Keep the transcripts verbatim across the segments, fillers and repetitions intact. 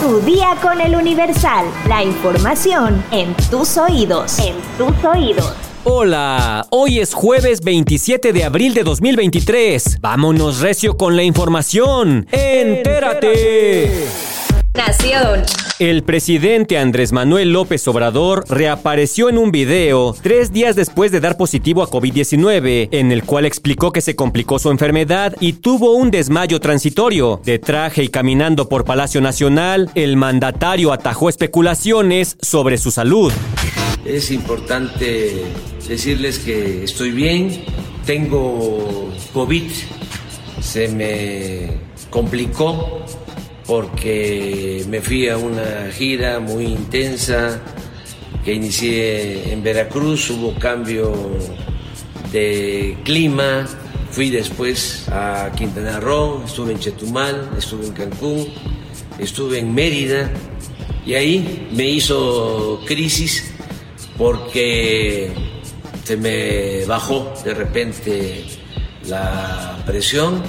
Tu día con el Universal. La información en tus oídos. En tus oídos. Hola, hoy es jueves veintisiete de abril de dos mil veintitrés. Vámonos recio con la información. ¡Entérate! Nación. El presidente Andrés Manuel López Obrador reapareció en un video tres días después de dar positivo a COVID diecinueve, en el cual explicó que se complicó su enfermedad y tuvo un desmayo transitorio. De traje y caminando por Palacio Nacional, el mandatario atajó especulaciones sobre su salud. Es importante decirles que estoy bien, tengo COVID, se me complicó porque me fui a una gira muy intensa que inicié en Veracruz, hubo cambio de clima, fui después a Quintana Roo, estuve en Chetumal, estuve en Cancún, estuve en Mérida y ahí me hizo crisis porque se me bajó de repente la presión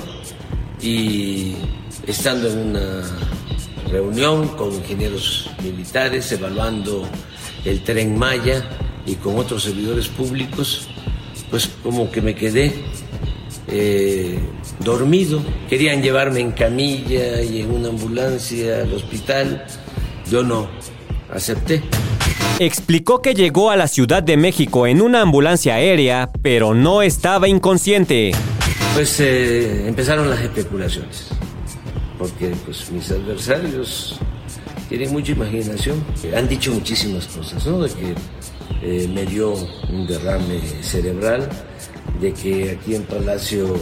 y estando en una reunión con ingenieros militares evaluando el Tren Maya y con otros servidores públicos, pues como que me quedé eh, dormido. Querían llevarme en camilla y en una ambulancia al hospital, yo no acepté. Explicó que llegó a la Ciudad de México en una ambulancia aérea, pero no estaba inconsciente. Pues eh, empezaron las especulaciones, porque pues mis adversarios tienen mucha imaginación. Han dicho muchísimas cosas, ¿no? De que eh, me dio un derrame cerebral, de que aquí en Palacio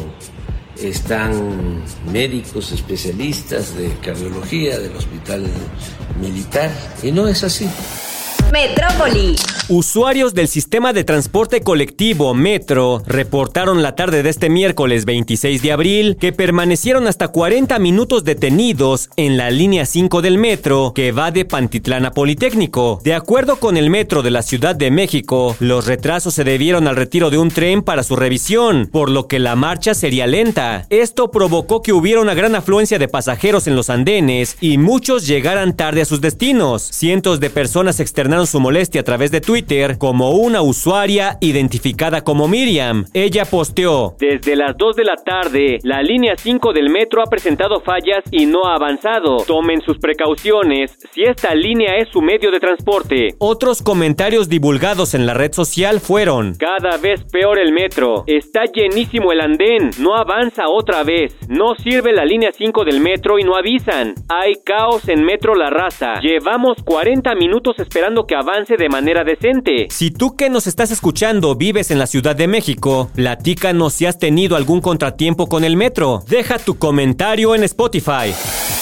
están médicos especialistas de cardiología del Hospital Militar, y no es así. Metrópoli. Usuarios del sistema de transporte colectivo Metro reportaron la tarde de este miércoles veintiséis de abril que permanecieron hasta cuarenta minutos detenidos en la línea cinco del metro que va de Pantitlán a Politécnico. De acuerdo con el Metro de la Ciudad de México, los retrasos se debieron al retiro de un tren para su revisión, por lo que la marcha sería lenta. Esto provocó que hubiera una gran afluencia de pasajeros en los andenes y muchos llegaran tarde a sus destinos. Cientos de personas externaron su molestia a través de Twitter, como una usuaria identificada como Miriam. Ella posteó: desde las dos de la tarde, la línea cinco del metro ha presentado fallas y no ha avanzado. Tomen sus precauciones si esta línea es su medio de transporte. Otros comentarios divulgados en la red social fueron: cada vez peor el metro, está llenísimo el andén, no avanza otra vez, no sirve la línea cinco del metro y no avisan, hay caos en Metro La Raza, llevamos cuarenta minutos esperando que avance de manera decente. Si tú que nos estás escuchando vives en la Ciudad de México, platícanos si has tenido algún contratiempo con el metro. Deja tu comentario en Spotify.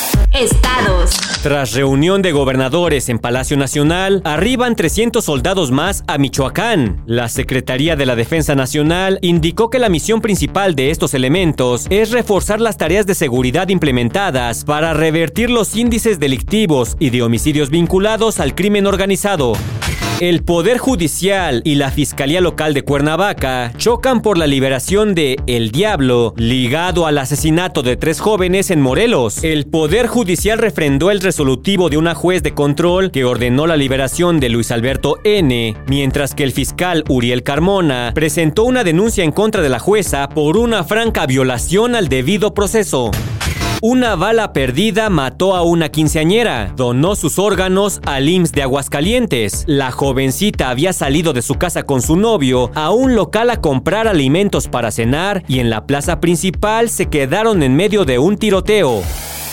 Estados. Tras reunión de gobernadores en Palacio Nacional, arriban trescientos soldados más a Michoacán. La Secretaría de la Defensa Nacional indicó que la misión principal de estos elementos es reforzar las tareas de seguridad implementadas para revertir los índices delictivos y de homicidios vinculados al crimen organizado. El Poder Judicial y la Fiscalía Local de Cuernavaca chocan por la liberación de El Diablo, ligado al asesinato de tres jóvenes en Morelos. El Poder Judicial refrendó el resolutivo de una juez de control que ordenó la liberación de Luis Alberto N., mientras que el fiscal Uriel Carmona presentó una denuncia en contra de la jueza por una franca violación al debido proceso. Una bala perdida mató a una quinceañera. Donó sus órganos al I M S S de Aguascalientes. La jovencita había salido de su casa con su novio a un local a comprar alimentos para cenar y en la plaza principal se quedaron en medio de un tiroteo.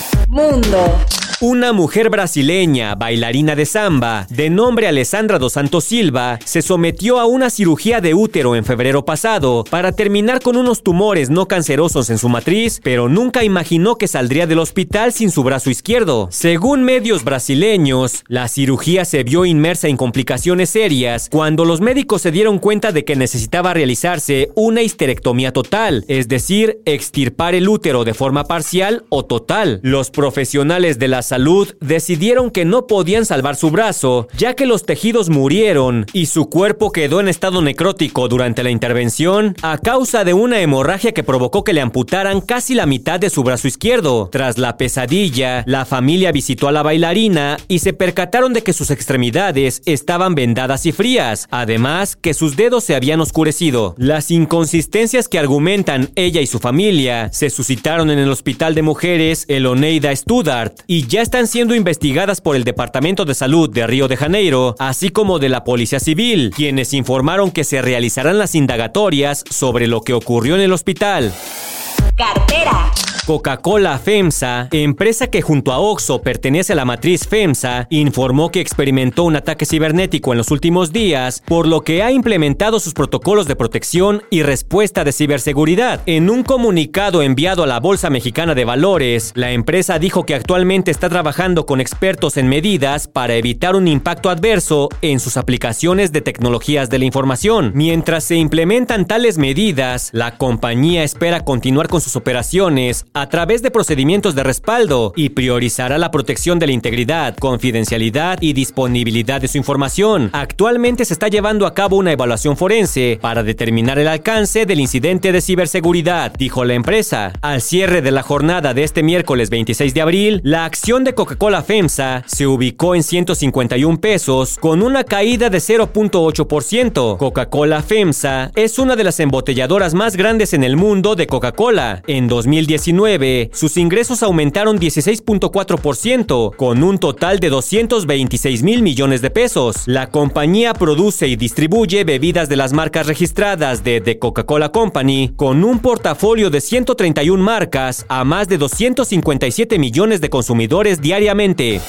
Mundo. Una mujer brasileña, bailarina de samba, de nombre Alessandra dos Santos Silva, se sometió a una cirugía de útero en febrero pasado para terminar con unos tumores no cancerosos en su matriz, pero nunca imaginó que saldría del hospital sin su brazo izquierdo. Según medios brasileños, la cirugía se vio inmersa en complicaciones serias cuando los médicos se dieron cuenta de que necesitaba realizarse una histerectomía total, es decir, extirpar el útero de forma parcial o total. Los profesionales de la salud decidieron que no podían salvar su brazo, ya que los tejidos murieron y su cuerpo quedó en estado necrótico durante la intervención a causa de una hemorragia que provocó que le amputaran casi la mitad de su brazo izquierdo. Tras la pesadilla, la familia visitó a la bailarina y se percataron de que sus extremidades estaban vendadas y frías, además que sus dedos se habían oscurecido. Las inconsistencias que argumentan ella y su familia se suscitaron en el Hospital de Mujeres el Oneida Stuttgart y ya están siendo investigadas por el Departamento de Salud de Río de Janeiro, así como de la Policía Civil, quienes informaron que se realizarán las indagatorias sobre lo que ocurrió en el hospital. Cartera. Coca-Cola FEMSA, empresa que junto a Oxxo pertenece a la matriz FEMSA, informó que experimentó un ataque cibernético en los últimos días, por lo que ha implementado sus protocolos de protección y respuesta de ciberseguridad. En un comunicado enviado a la Bolsa Mexicana de Valores, la empresa dijo que actualmente está trabajando con expertos en medidas para evitar un impacto adverso en sus aplicaciones de tecnologías de la información. Mientras se implementan tales medidas, la compañía espera continuar con sus operaciones a través de procedimientos de respaldo y priorizará la protección de la integridad, confidencialidad y disponibilidad de su información. Actualmente se está llevando a cabo una evaluación forense para determinar el alcance del incidente de ciberseguridad, dijo la empresa. Al cierre de la jornada de este miércoles veintiséis de abril, la acción de Coca-Cola FEMSA se ubicó en ciento cincuenta y un pesos con una caída de cero punto ocho por ciento. Coca-Cola FEMSA es una de las embotelladoras más grandes en el mundo de Coca-Cola. En dos mil diecinueve, sus ingresos aumentaron dieciséis punto cuatro por ciento, con un total de doscientos veintiséis mil millones de pesos. La compañía produce y distribuye bebidas de las marcas registradas de The Coca-Cola Company, con un portafolio de ciento treinta y una marcas a más de doscientos cincuenta y siete millones de consumidores diariamente.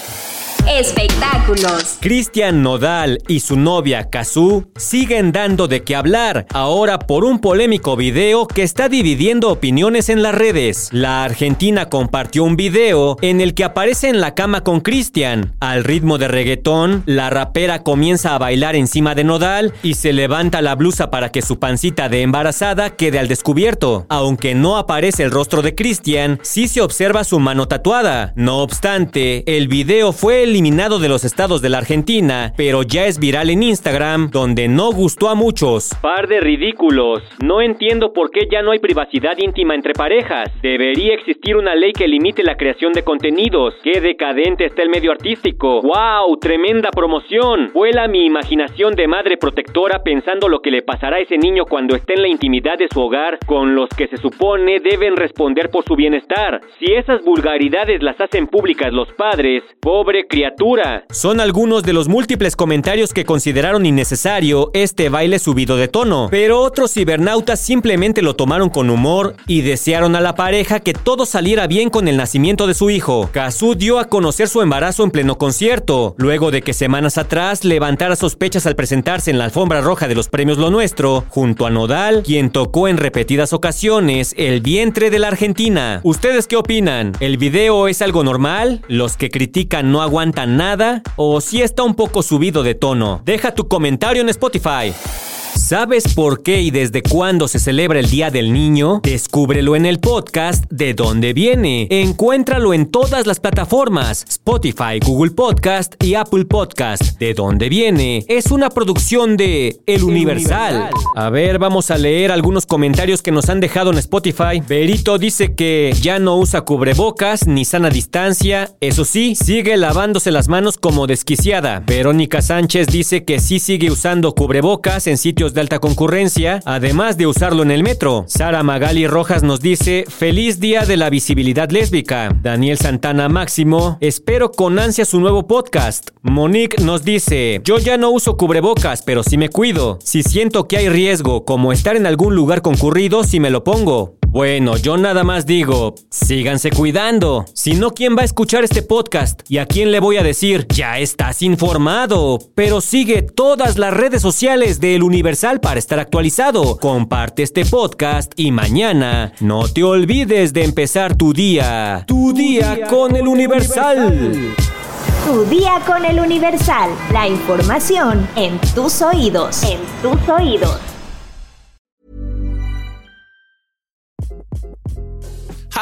Espectáculos. Cristian Nodal y su novia Cazzu siguen dando de qué hablar, ahora por un polémico video que está dividiendo opiniones en las redes. La argentina compartió un video en el que aparece en la cama con Cristian. Al ritmo de reggaetón, la rapera comienza a bailar encima de Nodal y se levanta la blusa para que su pancita de embarazada quede al descubierto. Aunque no aparece el rostro de Cristian, sí se observa su mano tatuada. No obstante, el video fue eliminado de los estados de la Argentina, pero ya es viral en Instagram, donde no gustó a muchos. Par de ridículos. No entiendo por qué ya no hay privacidad íntima entre parejas. Debería existir una ley que limite la creación de contenidos. Qué decadente está el medio artístico. ¡Wow! Tremenda promoción. Vuela mi imaginación de madre protectora pensando lo que le pasará a ese niño cuando esté en la intimidad de su hogar con los que se supone deben responder por su bienestar. Si esas vulgaridades las hacen públicas los padres, pobre criatura. Son algunos de los múltiples comentarios que consideraron innecesario este baile subido de tono, pero otros cibernautas simplemente lo tomaron con humor y desearon a la pareja que todo saliera bien con el nacimiento de su hijo. Cazzu dio a conocer su embarazo en pleno concierto, luego de que semanas atrás levantara sospechas al presentarse en la alfombra roja de los premios Lo Nuestro, junto a Nodal, quien tocó en repetidas ocasiones el vientre de la Argentina. ¿Ustedes qué opinan? ¿El video es algo normal? ¿Los que critican no aguantan nada? ¿O si está un poco subido de tono? Deja tu comentario en Spotify. ¿Sabes por qué y desde cuándo se celebra el Día del Niño? Descúbrelo en el podcast ¿De dónde viene? Encuéntralo en todas las plataformas: Spotify, Google Podcast y Apple Podcast. ¿De dónde viene? Es una producción de El Universal. Universal. A ver, vamos a leer algunos comentarios que nos han dejado en Spotify. Berito dice que ya no usa cubrebocas ni sana distancia. Eso sí, sigue lavándose las manos como desquiciada. Verónica Sánchez dice que sí sigue usando cubrebocas en sitios de alta concurrencia, además de usarlo en el metro. Sara Magali Rojas nos dice: feliz día de la visibilidad lésbica. Daniel Santana Máximo: espero con ansia su nuevo podcast. Monique nos dice: yo ya no uso cubrebocas, pero sí me cuido. Si siento que hay riesgo, como estar en algún lugar concurrido, sí me lo pongo. Bueno, yo nada más digo, síganse cuidando. Si no, ¿quién va a escuchar este podcast? ¿Y a quién le voy a decir, ya estás informado? Pero sigue todas las redes sociales de El Universal para estar actualizado. Comparte este podcast y mañana no te olvides de empezar tu día. Tu, tu día, día con El Universal. Universal. Tu día con El Universal. La información en tus oídos. En tus oídos. Hi,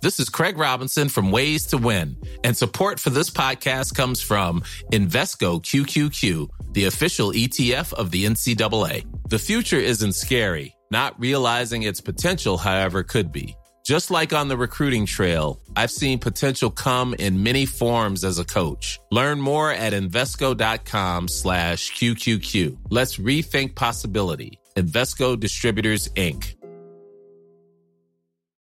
This is Craig Robinson from Ways to Win, and support for this podcast comes from Invesco Q Q Q, the official E T F of the N C double A. The future isn't scary. Not realizing its potential, however, could be. Just like on the recruiting trail, I've seen potential come in many forms as a coach. Learn more at Invesco.com slash QQQ. Let's rethink possibility. Invesco Distributors, Incorporated.